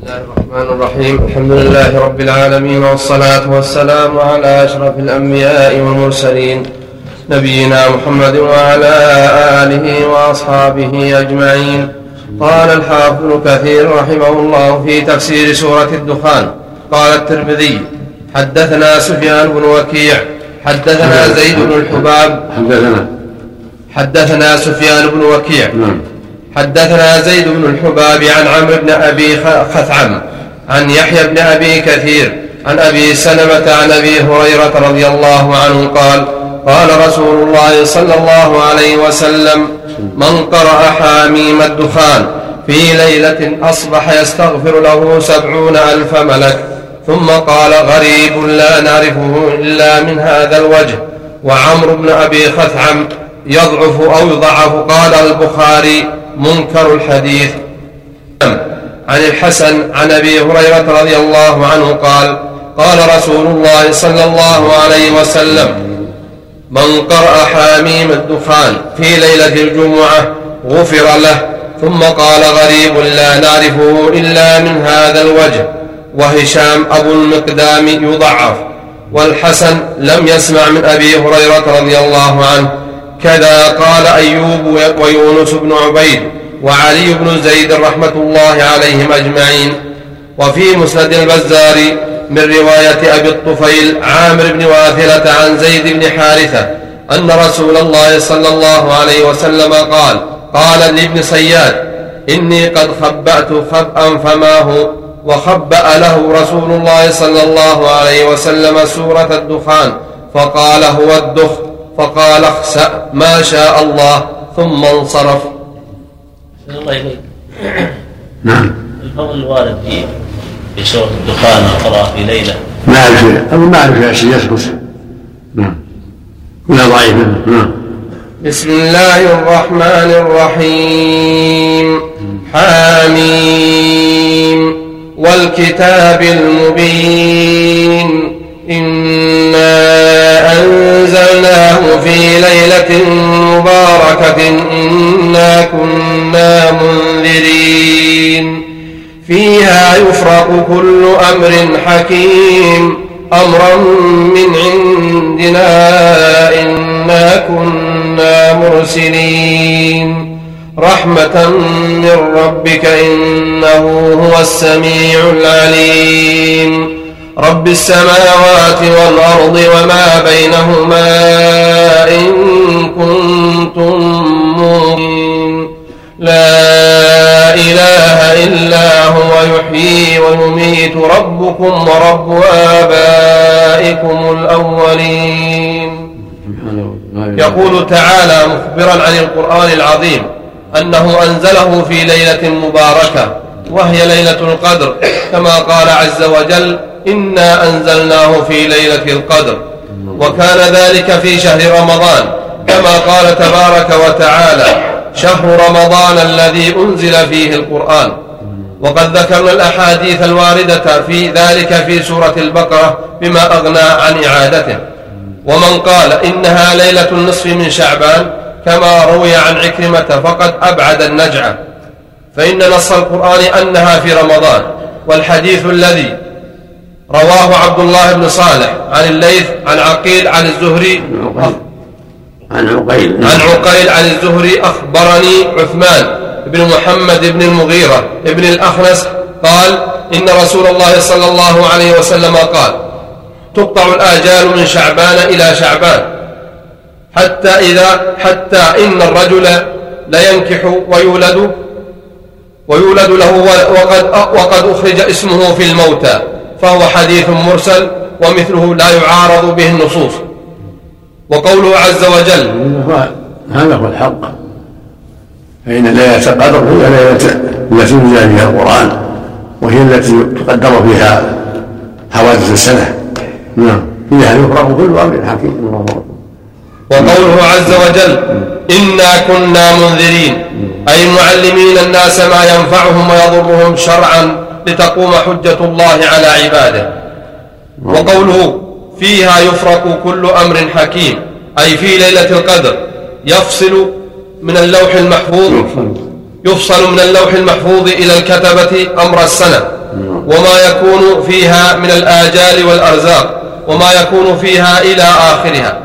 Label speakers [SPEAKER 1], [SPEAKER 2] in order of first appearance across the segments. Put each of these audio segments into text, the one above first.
[SPEAKER 1] الله الرحمن الرحيم. الحمد لله رب العالمين، والصلاة والسلام على أشرف الأنبياء والمرسلين نبينا محمد وعلى آله وأصحابه أجمعين. قال الحافظ ابن كثير رحمه الله في تفسير سورة الدخان: قال الترمذي: حدثنا سفيان بن وكيع حدثنا زيد بن الحباب حدثنا سفيان بن وكيع حدثنا زيد بن الحباب عن عمرو بن أبي خثعم عن يحيى بن أبي كثير عن أبي سلمة عن أبي هريرة رضي الله عنه قال: قال رسول الله صلى الله عليه وسلم: من قرأ حاميم الدخان في ليلة أصبح يستغفر له 70,000 ملك. ثم قال: غريب لا نعرفه إلا من هذا الوجه. وعمرو بن أبي خثعم يضعف أو يضعف. قال البخاري: منكر الحديث. عن الحسن عن أبي هريرة رضي الله عنه قال: قال رسول الله صلى الله عليه وسلم: من قرأ حاميم الدخان في ليلة الجمعة غفر له. ثم قال: غريب لا نعرفه إلا من هذا الوجه. وهشام أبو المقدام يضعف. والحسن لم يسمع من أبي هريرة رضي الله عنه. كذا قال أيوب ويونس بن عبيد وعلي بن زيد رحمة الله عليهم أجمعين. وفي مسند البزار من رواية أبي الطفيل عامر بن واثلة عن زيد بن حارثة أن رسول الله صلى الله عليه وسلم قال لابن صياد: إني قد خبأت خبأ فما هو. وخبأ له رسول الله صلى الله عليه وسلم سورة الدخان فقال: هو الدخ. فقال: اخسأ ما شاء الله، ثم انصرف.
[SPEAKER 2] الله إليك. نعم. الفضل الوارد في سورة الدخان القراءة في ليلة
[SPEAKER 3] ما أعرف يا شيء يثبت. نعم. كلها ضعيف. نعم.
[SPEAKER 1] بسم الله الرحمن الرحيم. حاميم والكتاب المبين. إنا أنزلناه في ليلة مباركة إنا كنا منذرين فيها يفرق كل أمر حكيم أمرا من عندنا إنا كنا مرسلين رحمة من ربك إنه هو السميع العليم رب السماوات والأرض وما بينهما إن كنتم موقنين لا إله إلا هو يحيي ويميت ربكم ورب آبائكم الأولين. يقول تعالى مخبرا عن القرآن العظيم أنه أنزله في ليلة مباركة وهي ليلة القدر، كما قال عز وجل: إنا أنزلناه في ليلة القدر. وكان ذلك في شهر رمضان، كما قال تبارك وتعالى: شهر رمضان الذي أنزل فيه القرآن. وقد ذكرنا الأحاديث الواردة في ذلك في سورة البقرة بما أغنى عن إعادته. ومن قال إنها ليلة النصف من شعبان كما روي عن عكرمة فقد أبعد النجعة، فإن نص القرآن أنها في رمضان. والحديث الذي رواه عبد الله بن صالح عن الليث عن عقيل عن الزهري عن عقيل عن الزهري أخبرني عثمان بن محمد بن المغيرة بن الأخنس قال: إن رسول الله صلى الله عليه وسلم قال: تقطع الآجال من شعبان إلى شعبان حتى إن الرجل لينكح ويولد له وقد أخرج اسمه في الموتى، فهو حديث مرسل ومثله لا يعارض به النصوص. وقوله عز وجل:
[SPEAKER 3] هذا هو الحق، فإن ليلة القدر هي ليلة التي نزل فيها القرآن، وهي التي تقدر فيها حوادث السنة. نعم. فيها يفرق كل أمر حكيم.
[SPEAKER 1] وقوله عز وجل: إنا كنا منذرين، أي معلمين الناس ما ينفعهم ويضرهم شرعا لتقوم حجة الله على عباده. وقوله: فيها يفرق كل أمر حكيم، أي في ليلة القدر يفصل من اللوح المحفوظ إلى الكتبة أمر السنة وما يكون فيها من الآجال والأرزاق وما يكون فيها إلى آخرها.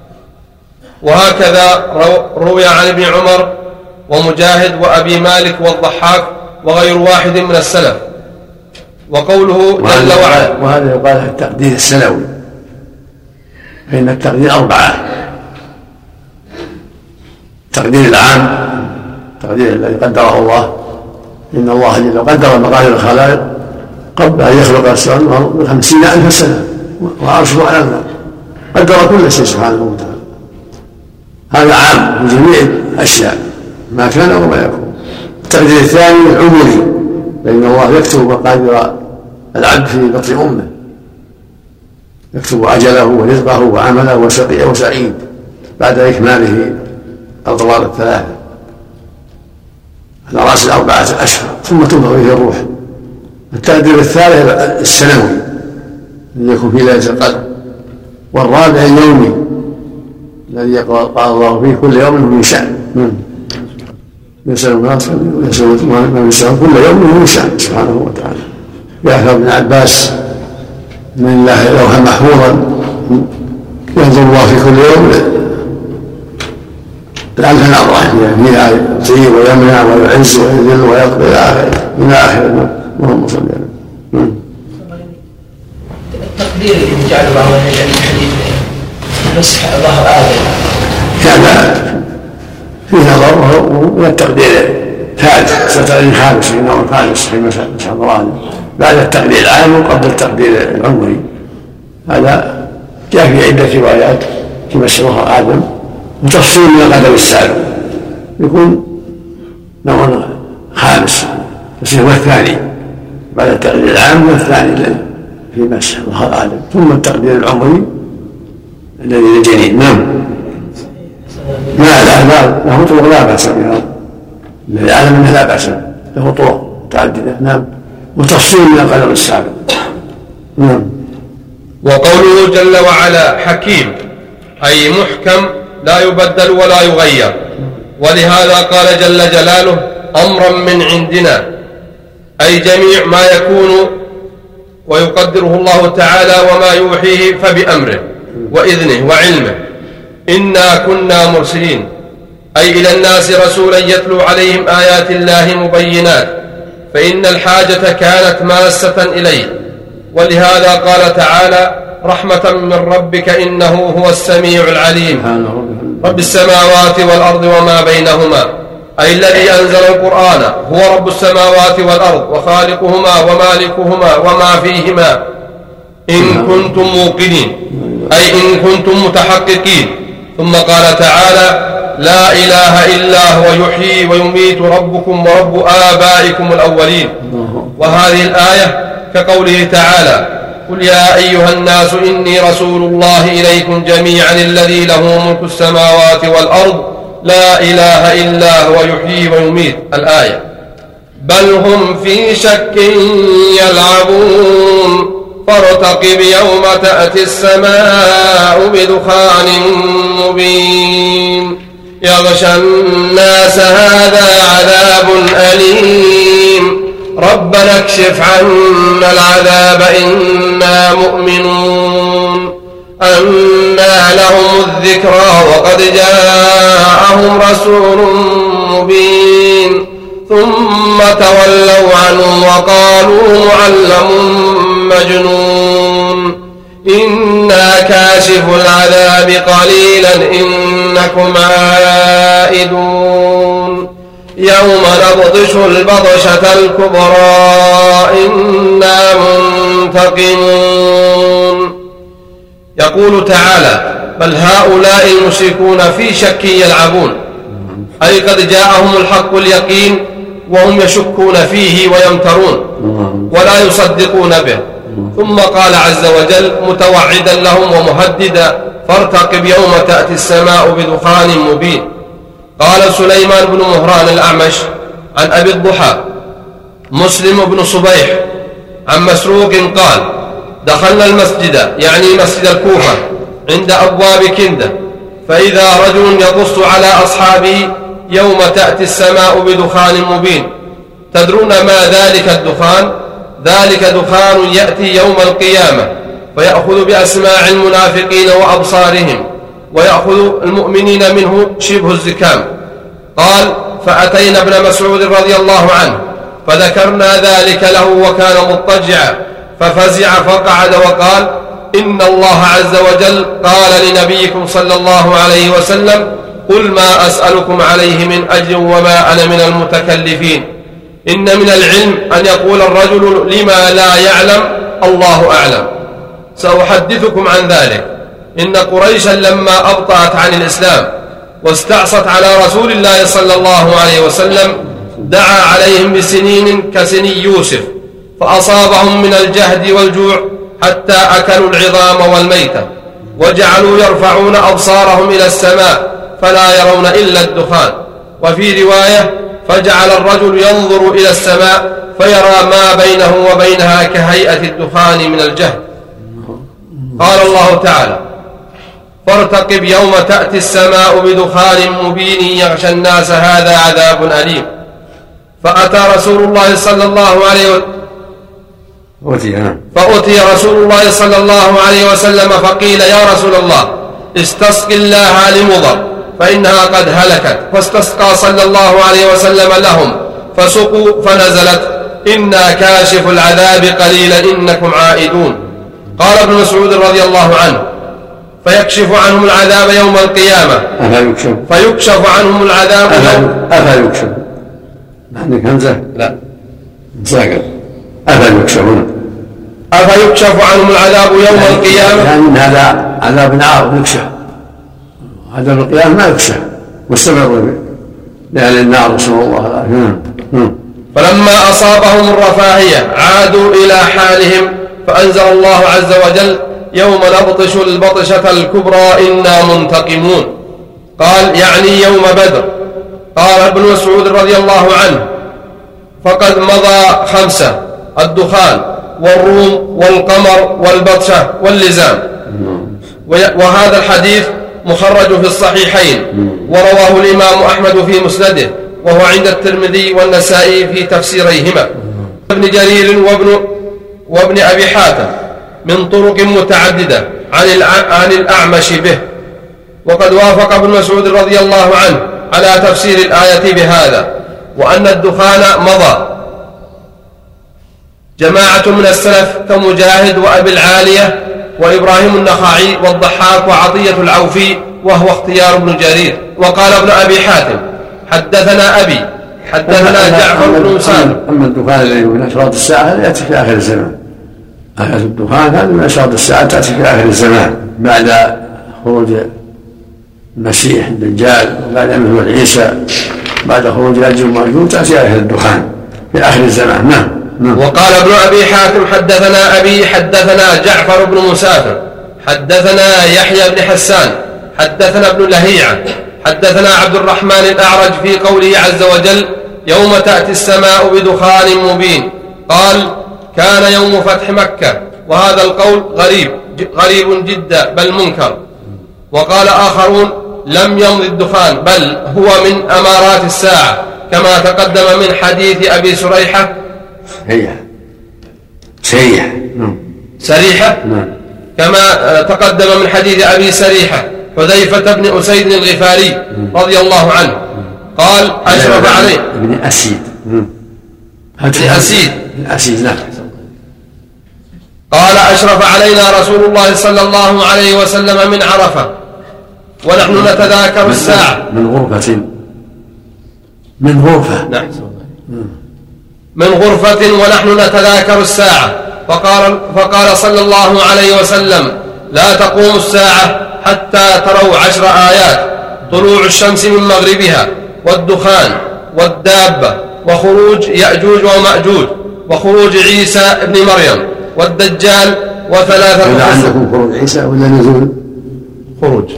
[SPEAKER 1] وهكذا روي عن ابن عمر ومجاهد وأبي مالك والضحاك وغير واحد من السلف. وقوله جل وعلا،
[SPEAKER 3] وهذا يقال التقدير السنوي، فإن التقدير 4: التقدير العام، التقدير الذي قدره الله، إن الله جل قدر مقادير الخلائق قبل أن يخلق السماوات والأرض 50,000 سنة وعرشه على الماء، قدر كل شيء سبحانه وتعالى. هذا عام لجميع الأشياء ما كان وما يكون. التقدير الثاني عمري، لأن الله يكتب مقادير العبد في بطن أمه، يكتب أجله ورزقه وعمله وشقي وسعيد بعد إكماله الأطوار الثلاثة على رأس 4 أشهر، ثم تنفخ فيه الروح. التقدير الثالث السنوي الذي يكون في ليلة القدر. والرابع اليومي الذي قال الله فيه كل يوم من شأن، يسأل ما كل يوم من شأن سبحانه وتعالى. يحيى ابن عباس من الله لوحا محفوظا ينزل الله في كل يوم الألف مرة، فيها يطيب ويمنع ويعز ويذل ويقضي إلى آخر. اللهم صل على
[SPEAKER 4] التقدير اللي جعل الله يعني الحديث مسح ظهر آدم
[SPEAKER 3] كان فيه نظر، والتقدير ثالث ستقدير خامس، إنه الخامس في مسح ظهر آدم بعد التقدير العام وقبل التقدير العمري. هذا جاء في عدة روايات في مسح ظهر آدم، وتفصيل من القدر السابق يكون نوع خامس، يصير هو الثاني بعد التقدير العام، والثاني الذي في مسح ظهر آدم، ثم التقدير العمري الذي للجنين. نعم. له طرق لا بأس بها، الذي أعلم أنه لا بأس، له طرق متعددة. نعم. وتفصيل من القدر السابق. نعم.
[SPEAKER 1] وقوله جل وعلا حكيم أي محكم لا يبدل ولا يغير. ولهذا قال جل جلاله أمرا من عندنا، أي جميع ما يكون ويقدره الله تعالى وما يوحيه فبأمره وإذنه وعلمه. إنا كنا مرسلين، أي إلى الناس رسولا يتلو عليهم آيات الله مبينات، فإن الحاجة كانت ماسة إليه. ولهذا قال تعالى رحمة من ربك إنه هو السميع العليم رب السماوات والأرض وما بينهما، أي الذي أنزل القرآن هو رب السماوات والأرض وخالقهما ومالكهما وما فيهما، إن كنتم موقنين، أي إن كنتم متحققين. ثم قال تعالى لا إله إلا هو يحيي ويميت ربكم ورب آبائكم الأولين. وهذه الآية كقوله تعالى قل يا أيها الناس إني رسول الله إليكم جميعا الذي له ملك السماوات والأرض لا إله إلا هو يحيي ويميت. الآية. بل هم في شك يلعبون فارتقب يوم تأتي السماء بدخان مبين يغشى الناس هذا عذاب أليم ربنا اكشف عنا العذاب إنا مؤمنون. أنى لهم الذكرى وقد جاءهم رسول مبين ثم تولوا عنه وقالوا معلم مجنون إنا كاشف العذاب قليلا إنكم عائدون يوم نبطش البطشة الكبرى إنا منتقمون. يقول تعالى بل هؤلاء المشركون في شك يلعبون، أي قد جاءهم الحق اليقين وهم يشكون فيه ويمترون ولا يصدقون به. ثم قال عز وجل متوعدا لهم ومهددا فارتقب يوم تأتي السماء بدخان مبين. قال سليمان بن مهران الأعمش عن أبي الضحى مسلم بن صبيح عن مسروق قال دخلنا المسجد يعني مسجد الكوفة عند أبواب كندة فإذا رجل يقص على أصحابه يوم تأتي السماء بدخان مبين. تدرون ما ذلك الدخان؟ ذلك دخان يأتي يوم القيامة فيأخذ بأسماع المنافقين وأبصارهم ويأخذ المؤمنين منه شبه الزكام. قال فأتينا ابن مسعود رضي الله عنه فذكرنا ذلك له وكان مضطجعا ففزع فقعد وقال إن الله عز وجل قال لنبيكم صلى الله عليه وسلم قل ما أسألكم عليه من أجر وما أنا من المتكلفين. إن من العلم أن يقول الرجل لما لا يعلم الله أعلم. سأحدثكم عن ذلك. إن قريشا لما أبطأت عن الإسلام واستعصت على رسول الله صلى الله عليه وسلم دعا عليهم بسنين كسني يوسف فأصابهم من الجهد والجوع حتى أكلوا العظام والميتة وجعلوا يرفعون أبصارهم إلى السماء فلا يرون إلا الدخان. وفي رواية فجعل الرجل ينظر إلى السماء فيرى ما بينه وبينها كهيئة الدخان من الجهد. قال الله تعالى فارتقب يوم تأتي السماء بدخان مبين يغشى الناس هذا عذاب أليم. فأتى رسول الله صلى الله عليه فأتي رسول الله صلى الله عليه وسلم فقيل يا رسول الله استسق الله لمضر فإنها قد هلكت فاستسقى صلى الله عليه وسلم لهم فسقوا فنزلت إنا كاشف العذاب قليلا إنكم عائدون. قال ابن مسعود رضي الله عنه فيكشف عنهم العذاب يوم القيامة فيكشف عنهم العذاب
[SPEAKER 3] أفيكشف عندك همزة
[SPEAKER 1] لا
[SPEAKER 3] ساقط
[SPEAKER 1] أفيكشف عنهم العذاب يوم القيامة
[SPEAKER 3] يعني هذا عذاب عار يكشف عذاب القيامة ما يكشف مستمر لأهل النار نسأل الله العافية.
[SPEAKER 1] فلما أصابهم الرفاهية عادوا إلى حالهم فأنزل الله عز وجل يوم نبطش البطشة الكبرى إنا منتقمون. قال يعني يوم بدر. قال ابن مسعود رضي الله عنه فقد مضى 5 الدخان والروم والقمر والبطشة واللزام. وهذا الحديث مخرج في الصحيحين ورواه الإمام أحمد في مسنده وهو عند الترمذي والنسائي في تفسيريهما ابن جرير وابن أبي حاتم من طرق متعددة عن الأعمش به. وقد وافق ابن مسعود رضي الله عنه على تفسير الآية بهذا وأن الدخان مضى. جماعة من السلف كمجاهد وأبي العالية وإبراهيم النخعي والضحاك وعطية العوفي وهو اختيار ابن جرير. وقال ابن أبي حاتم حدثنا أبي حدثنا جعفر بن مسالم.
[SPEAKER 3] أما الدخان الذي من أشراط الساعة هذا يأتي في آخر الزمان. آية الدخان هذا من أشراط الساعة تأتي في آخر الزمان بعد خروج المسيح الدجال وبعد أمه عيسى بعد خروج يأجوج ومأجوج تأتي آية الدخان في آخر الزمان. نعم.
[SPEAKER 1] وقال ابن أبي حاتم حدثنا أبي حدثنا جعفر بن مسافر حدثنا يحيى بن حسان حدثنا ابن لهيعة حدثنا عبد الرحمن الأعرج في قوله عز وجل يوم تأتي السماء بدخان مبين. قال كان يوم فتح مكة وهذا القول غريب جدا بل منكر. وقال آخرون لم يمض الدخان بل هو من أمارات الساعة كما تقدم من حديث أبي سريحة سريحة كما تقدم من حديث أبي سريحة حذيفة بن أسيد الغفاري رضي الله عنه قال أشرف عليه
[SPEAKER 3] ابن أسيد نعم.
[SPEAKER 1] قال أشرف علينا رسول الله صلى الله عليه وسلم من عرفة ونحن نتذاكر الساعة من غرفة ونحن نتذاكر الساعة فقال صلى الله عليه وسلم لا تقوم الساعة حتى تروا 10 آيات طلوع الشمس من مغربها والدخان والدابة وخروج يأجوج ومأجوج وخروج عيسى ابن مريم والدجال وثلاثة
[SPEAKER 3] عندكم خروج عيسى ولا نزول
[SPEAKER 1] خروج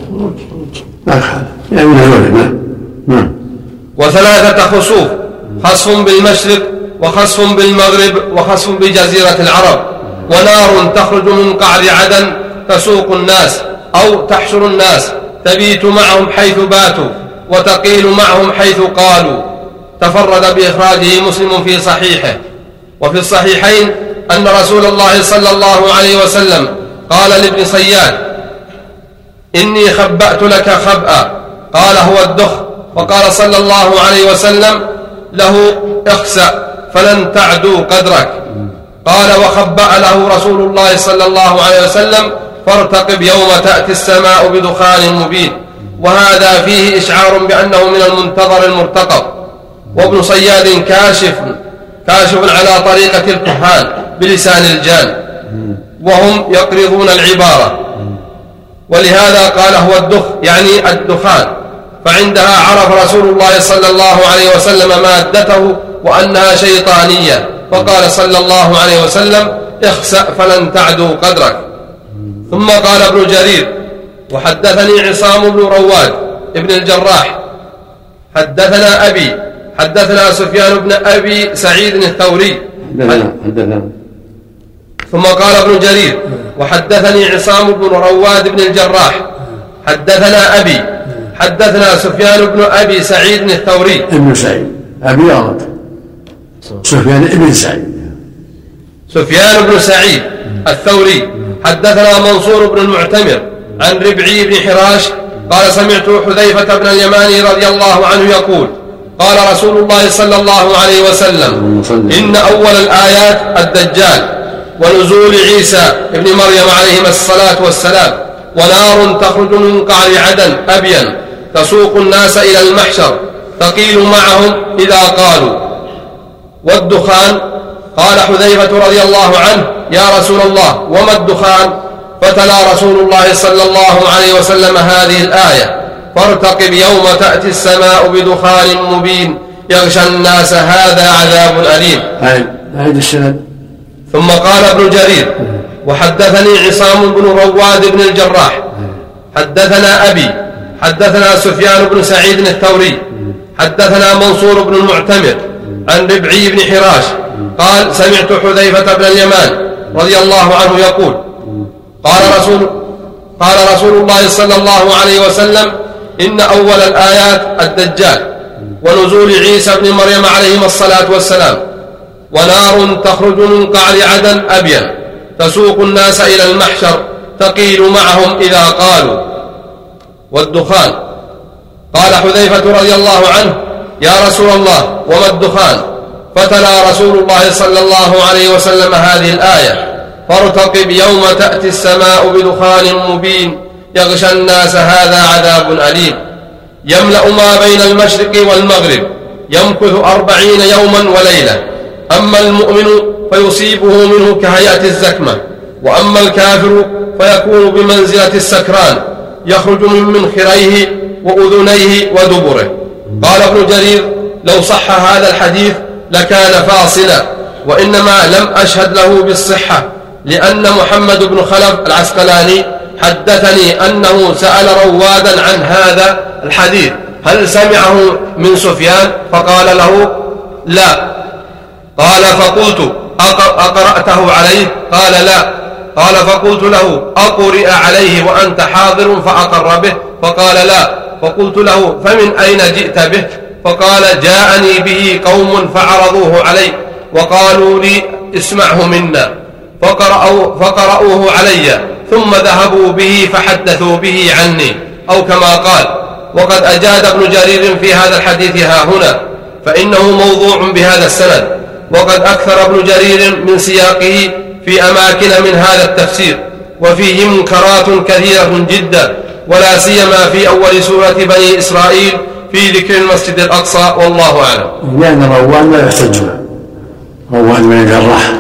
[SPEAKER 3] يعني
[SPEAKER 1] وثلاثة خسوف خسف بالمشرق وخسف بالمغرب وخسف بجزيرة العرب ونار تخرج من قعر عدن تسوق الناس أو تحشر الناس تبيت معهم حيث باتوا وتقيل معهم حيث قالوا. تفرد بإخراجه مسلم في صحيحه. وفي الصحيحين أن رسول الله صلى الله عليه وسلم قال لابن صياد: إني خبأت لك خبأ، قال: هو الدخ. وقال صلى الله عليه وسلم له: اخسأ فلن تعدو قدرك. قال: وخبأ له رسول الله صلى الله عليه وسلم: فارتقب يوم تأتي السماء بدخان مبين. وهذا فيه إشعار بأنه من المنتظر المرتقب. وابن صياد كاشف على طريقة الكهان بلسان الجان، وهم يقرضون العبارة، ولهذا قال: هو الدخ يعني الدخان. فعندها عرف رسول الله صلى الله عليه وسلم مادته وأنها شيطانية، فقال صلى الله عليه وسلم: اخسأ فلن تعدو قدرك. ثم قال ابن جرير: وحدثني عصام بن رواد ابن الجراح حدثنا أبي حدثنا سفيان بن أبي سعيد الثوري. ثم قال ابن جرير: وحدثني عصام بن رواد بن الجراح حدثنا أبي حدثنا سفيان بن أبي سعيد الثوري.
[SPEAKER 3] ابن سعيد أبي غلط، سفيان ابن سعيد.
[SPEAKER 1] سفيان بن سعيد الثوري حدثنا منصور بن المعتمر عن ربعي بن حراش قال: سمعت حذيفة بن اليماني رضي الله عنه يقول: قال رسول الله صلى الله عليه وسلم: إن أول الآيات الدجال، ونزول عيسى ابن مريم عليهما الصلاة والسلام، ونار تخرج من قعر عدن أبين تسوق الناس إلى المحشر تقيل معهم إذا قالوا، والدخان. قال حذيفة رضي الله عنه: يا رسول الله وما الدخان؟ فتلا رسول الله صلى الله عليه وسلم هذه الآية: فارتقب يوم تأتي السماء بدخان مبين يغشى الناس هذا عذاب أليم.
[SPEAKER 3] هذا السند.
[SPEAKER 1] ثم قال ابن جرير: وحدثني عصام بن رواد بن الجراح حدثنا أبي حدثنا سفيان بن سعيد الثوري حدثنا منصور بن المعتمر عن ربعي بن حراش قال: سمعت حذيفة بن اليمان رضي الله عنه يقول: قال رسول الله صلى الله عليه وسلم: إن أول الآيات الدجال، ونزول عيسى بن مريم عليهما الصلاة والسلام، ونار تخرج من قعر عدن أبين تسوق الناس إلى المحشر تقيل معهم إذا قالوا، والدخان. قال حذيفة رضي الله عنه: يا رسول الله وما الدخان؟ فتلا رسول الله صلى الله عليه وسلم هذه الآية: فارتقب يوم تأتي السماء بدخان مبين يغشى الناس هذا عذاب أليم، يملأ ما بين المشرق والمغرب، يمكث 40 يوما وليلة. أما المؤمن فيصيبه منه كهيئة الزكمة، وأما الكافر فيكون بمنزلة السكران، يخرج من منخريه وأذنيه ودبره. قال ابن جرير: لو صح هذا الحديث لكان فاصلا، وإنما لم أشهد له بالصحة، لأن محمد بن خلف العسقلاني حدثني أنه سأل روادا عن هذا الحديث: هل سمعه من سفيان؟ فقال له: لا. قال: فقلت: أقرأته عليه؟ قال: لا. قال: فقلت له: أقرئ عليه وأنت حاضر فأقر به؟ فقال: لا. فقلت له: فمن أين جئت به؟ فقال: جاءني به قوم فعرضوه علي وقالوا لي: اسمعه منا، فقرأوه علي، ثم ذهبوا به فحدثوا به عني، أو كما قال. وقد أجاد ابن جرير في هذا الحديث ها هنا، فإنه موضوع بهذا السند. وقد أكثر ابن جرير من سياقه في أماكن من هذا التفسير، وفيه منكرات كثيرة جدا، ولا سيما في أول سورة بني إسرائيل في ذكر المسجد الأقصى، والله أعلم.
[SPEAKER 3] لأن روان لا يحتج به، روان بن الجراح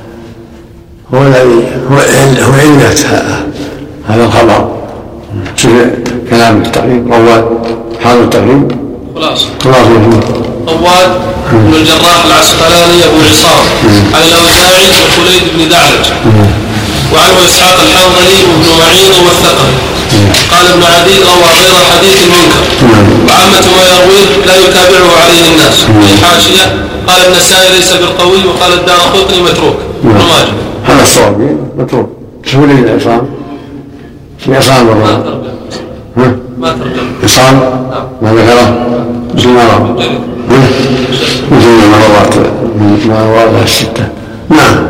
[SPEAKER 3] هو الذي هو علة هذا الخبر. شوف كلام التقريب، رواد حاضر التقريب
[SPEAKER 1] خلاص رواد بن الجراح العسقلاني أبو عصام عن الأوزاعي وخليد بن دعلج، وعنه إسحاق الحنظلي وابن معين والثقفي. قال ابن عدي: روى غير حديث المنكر، وعامة ما يرويه لا يتابعه عليه الناس. في حاشية قال النسائي: ليس بالقوي، وقال الدارقطني: متروك.
[SPEAKER 3] هذا الصواب متروك. شو لي العصام؟ في عصام
[SPEAKER 1] ما ترجم
[SPEAKER 3] عصام ما ذكره مثل ما رواه الستة. نعم.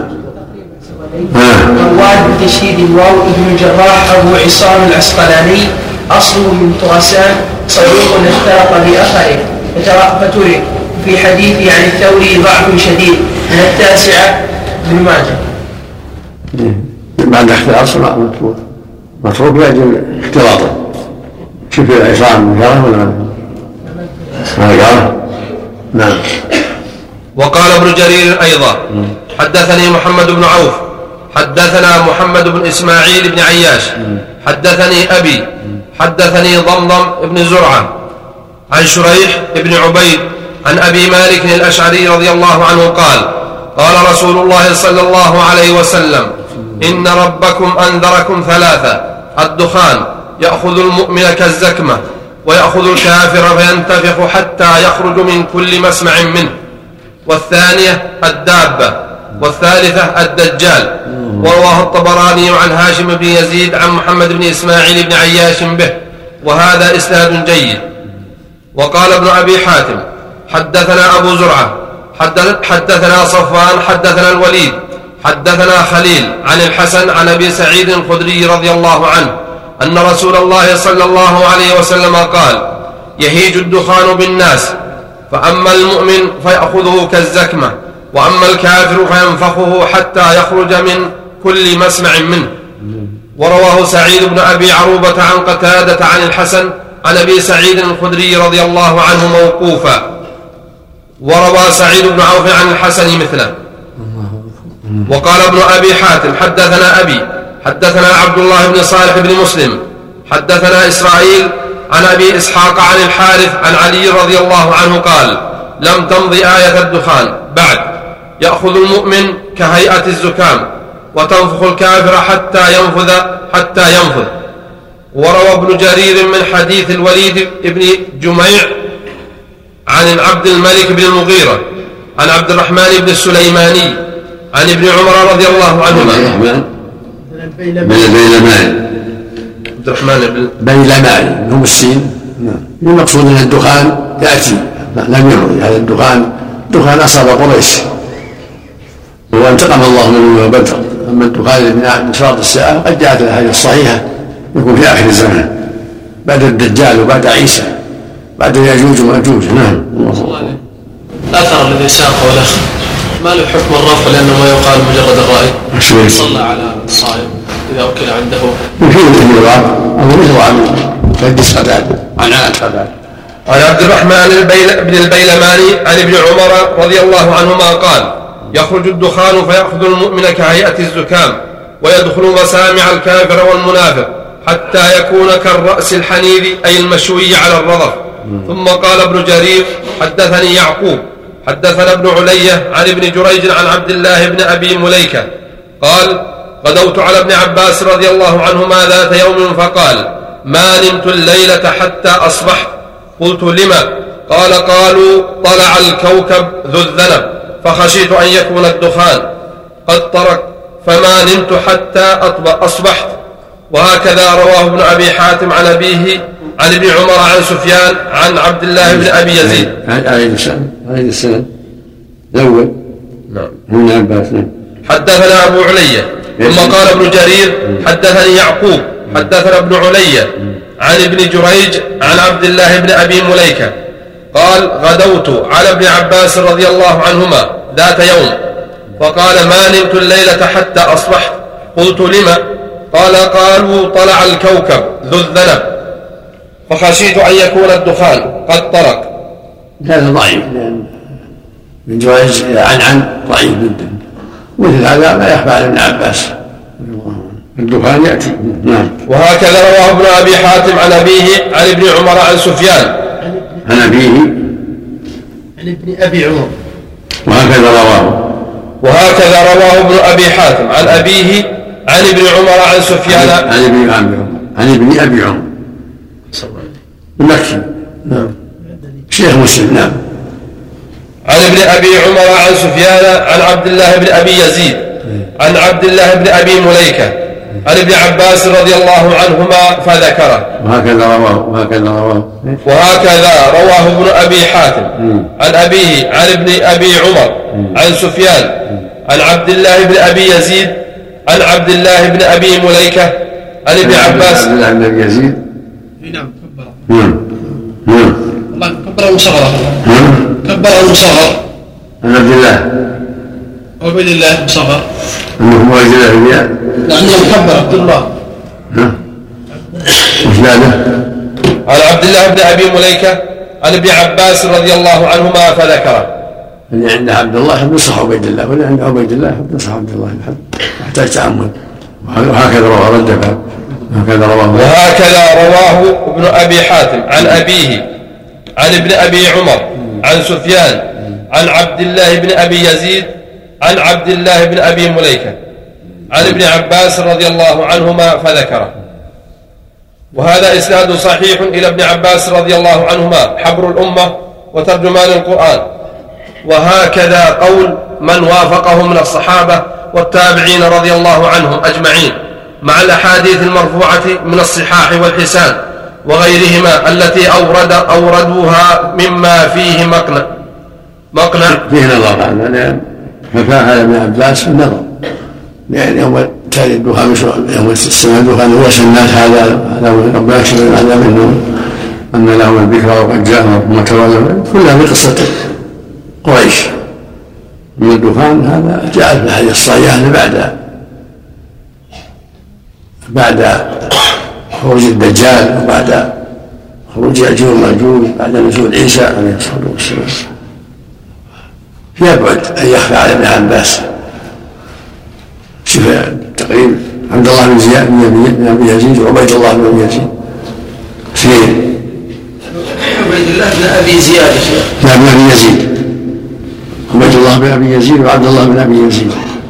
[SPEAKER 4] رواد بتشديد الواو ابن الجراح أبو عصام العسقلاني أصله من طرسان صدوق اختلط بأثره فترك في حديثه عن الثوري ضعف شديد. من التاسعة ابن ماجه.
[SPEAKER 3] بعد اختلاط متروك لأجل اختلاطه. شوف العصام جاره ولا ما جاره؟ نعم.
[SPEAKER 1] وقال ابن جرير أيضا حدثني محمد بن عوف حدثنا محمد بن إسماعيل بن عياش حدثني أبي حدثني ضمضم بن زرعة عن شريح بن عبيد عن أبي مالك الأشعري رضي الله عنه قال قال رسول الله صلى الله عليه وسلم إن ربكم أنذركم ثلاثة: الدخان يأخذ المؤمن كالزكمة ويأخذ الكافر فينتفخ حتى يخرج من كل مسمع منه، والثانية الدابة، والثالثة الدجال. ورواه الطبراني عن هاشم بن يزيد عن محمد بن إسماعيل بن عياش به، وهذا إسناد جيد. وقال ابن أبي حاتم حدثنا أبو زرعة حدثنا صفوان حدثنا الوليد حدثنا خليل عن الحسن عن أبي سعيد الخدري رضي الله عنه أن رسول الله صلى الله عليه وسلم قال: يهيج الدخان بالناس، فأما المؤمن فيأخذه كالزكمة، وأما الكافر فينفخه حتى يخرج من كل مسمع منه. ورواه سعيد بن أبي عروبة عن قتادة عن الحسن عن أبي سعيد الخدري رضي الله عنه موقوفا، وروى سعيد بن عوف عن الحسن مثله. وقال ابن أبي حاتم حدثنا أبي حدثنا عبد الله بن صالح بن مسلم حدثنا إسرائيل عن أبي إسحاق عن الحارث عن علي رضي الله عنه قال: لم تمضي آية الدخان بعد، يأخذ المؤمن كهيئة الزكام، وتنفخ الكافر حتى ينفذ. وروى ابن جرير من حديث الوليد بن جميع عن عبد الملك بن المغيرة عن عبد الرحمن بن السليماني عن ابن عمر رضي الله عنهما. عبد الرحمن
[SPEAKER 3] بيلمان هم السين. المقصود ان الدخان ياتي لم يمضي هذا الدخان. الدخان اصاب قريش وانتقم الله منه يوم بدر. اما الدخان من اشراط الساعه قد جاءت الاحاديث الصحيحه يكون في اخر الزمان بعد الدجال وبعد عيسى بعد ياجوج وماجوج. نعم.
[SPEAKER 5] الاثر الذي ساقه الاخ ما له حكم الرفع لانه ما يقال مجرد الراي. صلى على الصائم اذا اكل عنده
[SPEAKER 3] يفيد ان يرى او يروى عن فدس قتاده عن قتاده.
[SPEAKER 1] عن عبد الرحمن بن البيلماني عن ابن عمر رضي الله عنهما قال: يخرج الدخان فيأخذ المؤمن كهيئة الزكام، ويدخل مسامع الكافر والمنافق حتى يكون كالرأس الحنيذ أي المشوي على الرضف. ثم قال ابن جرير حدثني يعقوب حدثنا ابن علية عن ابن جريج عن عبد الله بن أبي مليكة قال: غدوت على ابن عباس رضي الله عنهما ذات يوم فقال: ما نمت الليلة حتى أصبحت. قلت: لما؟ قال: قالوا طلع الكوكب ذو الذنب، فخشيت أن يكون الدخان قد طرق، فما نمت حتى أصبحت. وهكذا رواه ابن أبي حاتم عن أبيه عن ابن عمر عن سفيان عن عبد الله بن أبي يزيد.
[SPEAKER 3] هذه السنة الأول.
[SPEAKER 1] نعم.
[SPEAKER 3] ابن عباس.
[SPEAKER 1] حدثنا أبو علية. ثم قال ابن جرير حدثني يعقوب حدثنا ابن علية عن ابن جريج عن عبد الله بن أبي مليكة قال: غدوت على ابن عباس رضي الله عنهما ذات يوم فقال: ما نمت الليلة حتى أصبحت. قلت: لما؟ قال: قالوا طلع الكوكب ذو الذنب، فخشيت أن يكون الدخان قد طرق.
[SPEAKER 3] هذا ضعيف لأن من جواز عن ضعيف جدا، مثل هذا لا يخفى على ابن عباس الدخان يأتي. نعم.
[SPEAKER 1] وهكذا رواه ابن أبي حاتم عن أبيه عن ابن عمر عن سفيان
[SPEAKER 3] عن أبيه
[SPEAKER 4] عن ابن أبي عمر.
[SPEAKER 3] وهكذا رواه
[SPEAKER 1] ابن أبي حاتم عن أبيه عن ابن عمر عن سفيان
[SPEAKER 3] عن ابن أبي عمر المكي. نعم. شيخ مسلم. نعم.
[SPEAKER 1] عن ابن أبي عمر عن سفيان عن عبد الله بن أبي يزيد عن عبد الله بن أبي مليكة عن ابن عباس رضي الله عنهما فذكره. وهكذا رواه ابن أبي حاتم عن أبيه عن ابن أبي عمر عن سفيان عن عبد الله بن أبي يزيد عن عبد الله بن أبي مليكة عن ابن عباس.
[SPEAKER 3] عبد الله بن أبي يزيد
[SPEAKER 5] نعم الله كبر المصغر كبر المصغر
[SPEAKER 3] عن عبد الله
[SPEAKER 5] عبيد الله المصغر
[SPEAKER 3] أنه عبيد الله بن
[SPEAKER 5] لأنه كبر عبد الله
[SPEAKER 3] وزيادة
[SPEAKER 1] عن عبد الله بن أبي مليكة عن ابن عباس رضي الله عنهما فذكره.
[SPEAKER 3] اللي عند عبد الله نصح عبيد الله واللي عند عبيد الله نصح عبد الله يحتاج تأمل. وهكذا رواه ردفا
[SPEAKER 1] وهكذا رواه ابن أبي حاتم عن أبيه عن ابن أبي عمر عن سفيان عن عبد الله بن أبي يزيد عن عبد الله بن أبي مليكة عن ابن عباس رضي الله عنهما فذكره. وهذا إسناد صحيح إلى ابن عباس رضي الله عنهما حبر الأمة وترجمان القرآن. وهكذا قول من وافقه من الصحابة والتابعين رضي الله عنهم أجمعين مع الأحاديث المرفوعة من الصحاح والحسان وغيرهما التي أوردوها مما فيه مقنع
[SPEAKER 3] فيه نظر عنه فكان هذا ابن عباس في النظر يعني يوم تالي الدخان يوم السماء الدخان وش الناس هذا ربنا يكشف العذاب أن لهم الذكرى وقد جاءهم ثم تولوا كلها من قصة قريش من الدخان. هذا جاء في الحديث الصحيح بعد خروج الدجال وبعد خروج يأجوج ومأجوج بعد نزول عيسى عليه الصلاة والسلام. يبعد أن يخفى على ابن عباس. شوف التقريب عبد الله بن زياد بن أبي يزيد وعبيد الله بن أبي يزيد اثنين.
[SPEAKER 4] عبيد الله بن أبي زياد
[SPEAKER 3] لا بن أبي يزيد عبيد الله بن أبي يزيد وعبد الله بن أبي يزيد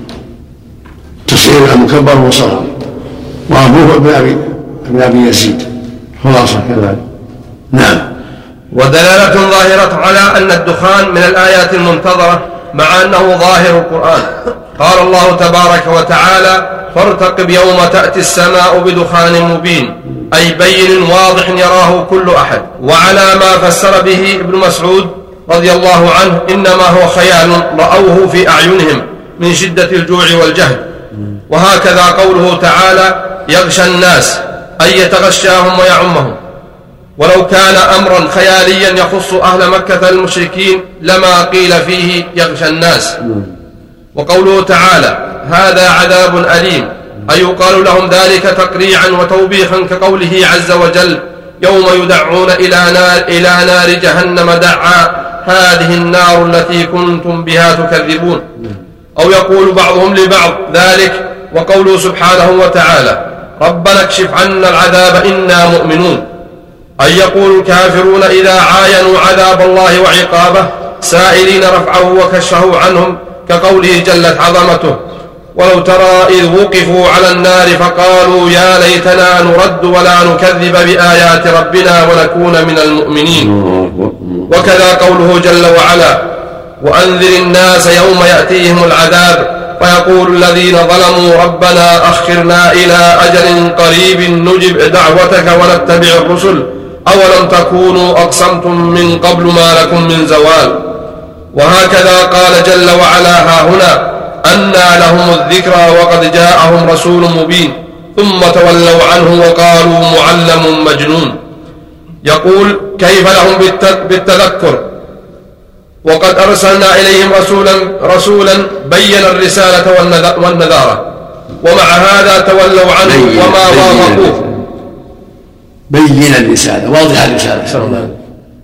[SPEAKER 3] تصغير المكبر وصغر وأبوه ابن أبي يزيد خلاصة كذلك. نعم.
[SPEAKER 1] ودلالة ظاهرة على أن الدخان من الآيات المنتظرة مع أنه ظاهر القرآن. قال الله تبارك وتعالى فارتقب يوم تأتي السماء بدخان مبين أي بين واضح يراه كل أحد. وعلى ما فسر به ابن مسعود رضي الله عنه إنما هو خيال رأوه في أعينهم من شدة الجوع والجهد. وهكذا قوله تعالى يغشى الناس أي يتغشاهم ويعمهم. ولو كان أمرا خياليا يخص أهل مكة المشركين لما قيل فيه يغشى الناس. وقوله تعالى هذا عذاب أليم أي يقال لهم ذلك تقريعا وتوبيخا كقوله عز وجل يوم يدعون إلى نار جهنم دعا هذه النار التي كنتم بها تكذبون. أو يقول بعضهم لبعض ذلك. وقوله سبحانه وتعالى ربنا اكشف عنا العذاب إنا مؤمنون أي يقول الكافرون إذا عاينوا عذاب الله وعقابه سائلين رفعه وكشفه عنهم كقوله جلت عظمته ولو ترى إذ وقفوا على النار فقالوا يا ليتنا نرد ولا نكذب بآيات ربنا ونكون من المؤمنين. وكذا قوله جل وعلا وأنذر الناس يوم يأتيهم العذاب فيقول الذين ظلموا ربنا أخرنا إلى أجل قريب نجب دعوتك ونتبع الرسل أولم تكونوا أقسمتم من قبل ما لكم من زوال. وهكذا قال جل وعلا هاهنا أنى لهم الذكرى وقد جاءهم رسول مبين ثم تولوا عنه وقالوا معلم مجنون. يقول كيف لهم بالتذكر وقد أرسلنا إليهم رسولا بين الرسالة والنذارة ومع هذا تولوا عنه وما وافقوه.
[SPEAKER 3] بين الرسالة واضح الرسالة صلى الله عليه وسلم.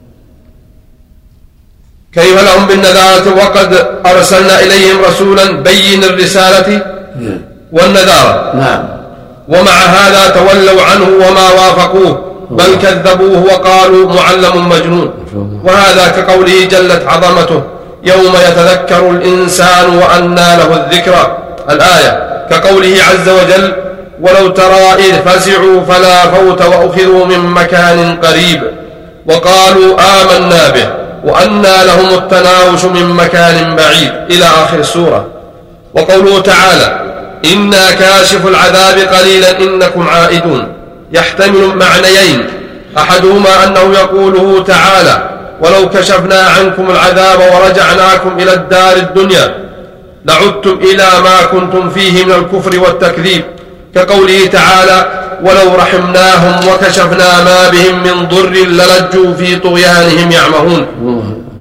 [SPEAKER 1] كيف لهم بالنذارة وقد أرسلنا إليهم رسولا بين الرسالة والنذارة ومع هذا تولوا عنه وما وافقوه بل كذبوه وقالوا معلم مجنون. وهذا كقوله جلت عظمته يوم يتذكر الإنسان وأنى له الذكرى الآية كقوله عز وجل ولو ترى إذ فزعوا فلا فوت وأخذوا من مكان قريب وقالوا آمنا به وأنى لهم التناوش من مكان بعيد إلى آخر السورة. وقوله تعالى إنا كاشف العذاب قليلا إنكم عائدون يحتمل معنيين، أحدهما أنه يقوله تعالى ولو كشفنا عنكم العذاب ورجعناكم إلى الدار الدنيا لعدتم إلى ما كنتم فيه من الكفر والتكذيب، كقوله تعالى ولو رحمناهم وكشفنا ما بهم من ضر للجوا في طغيانهم يعمهون.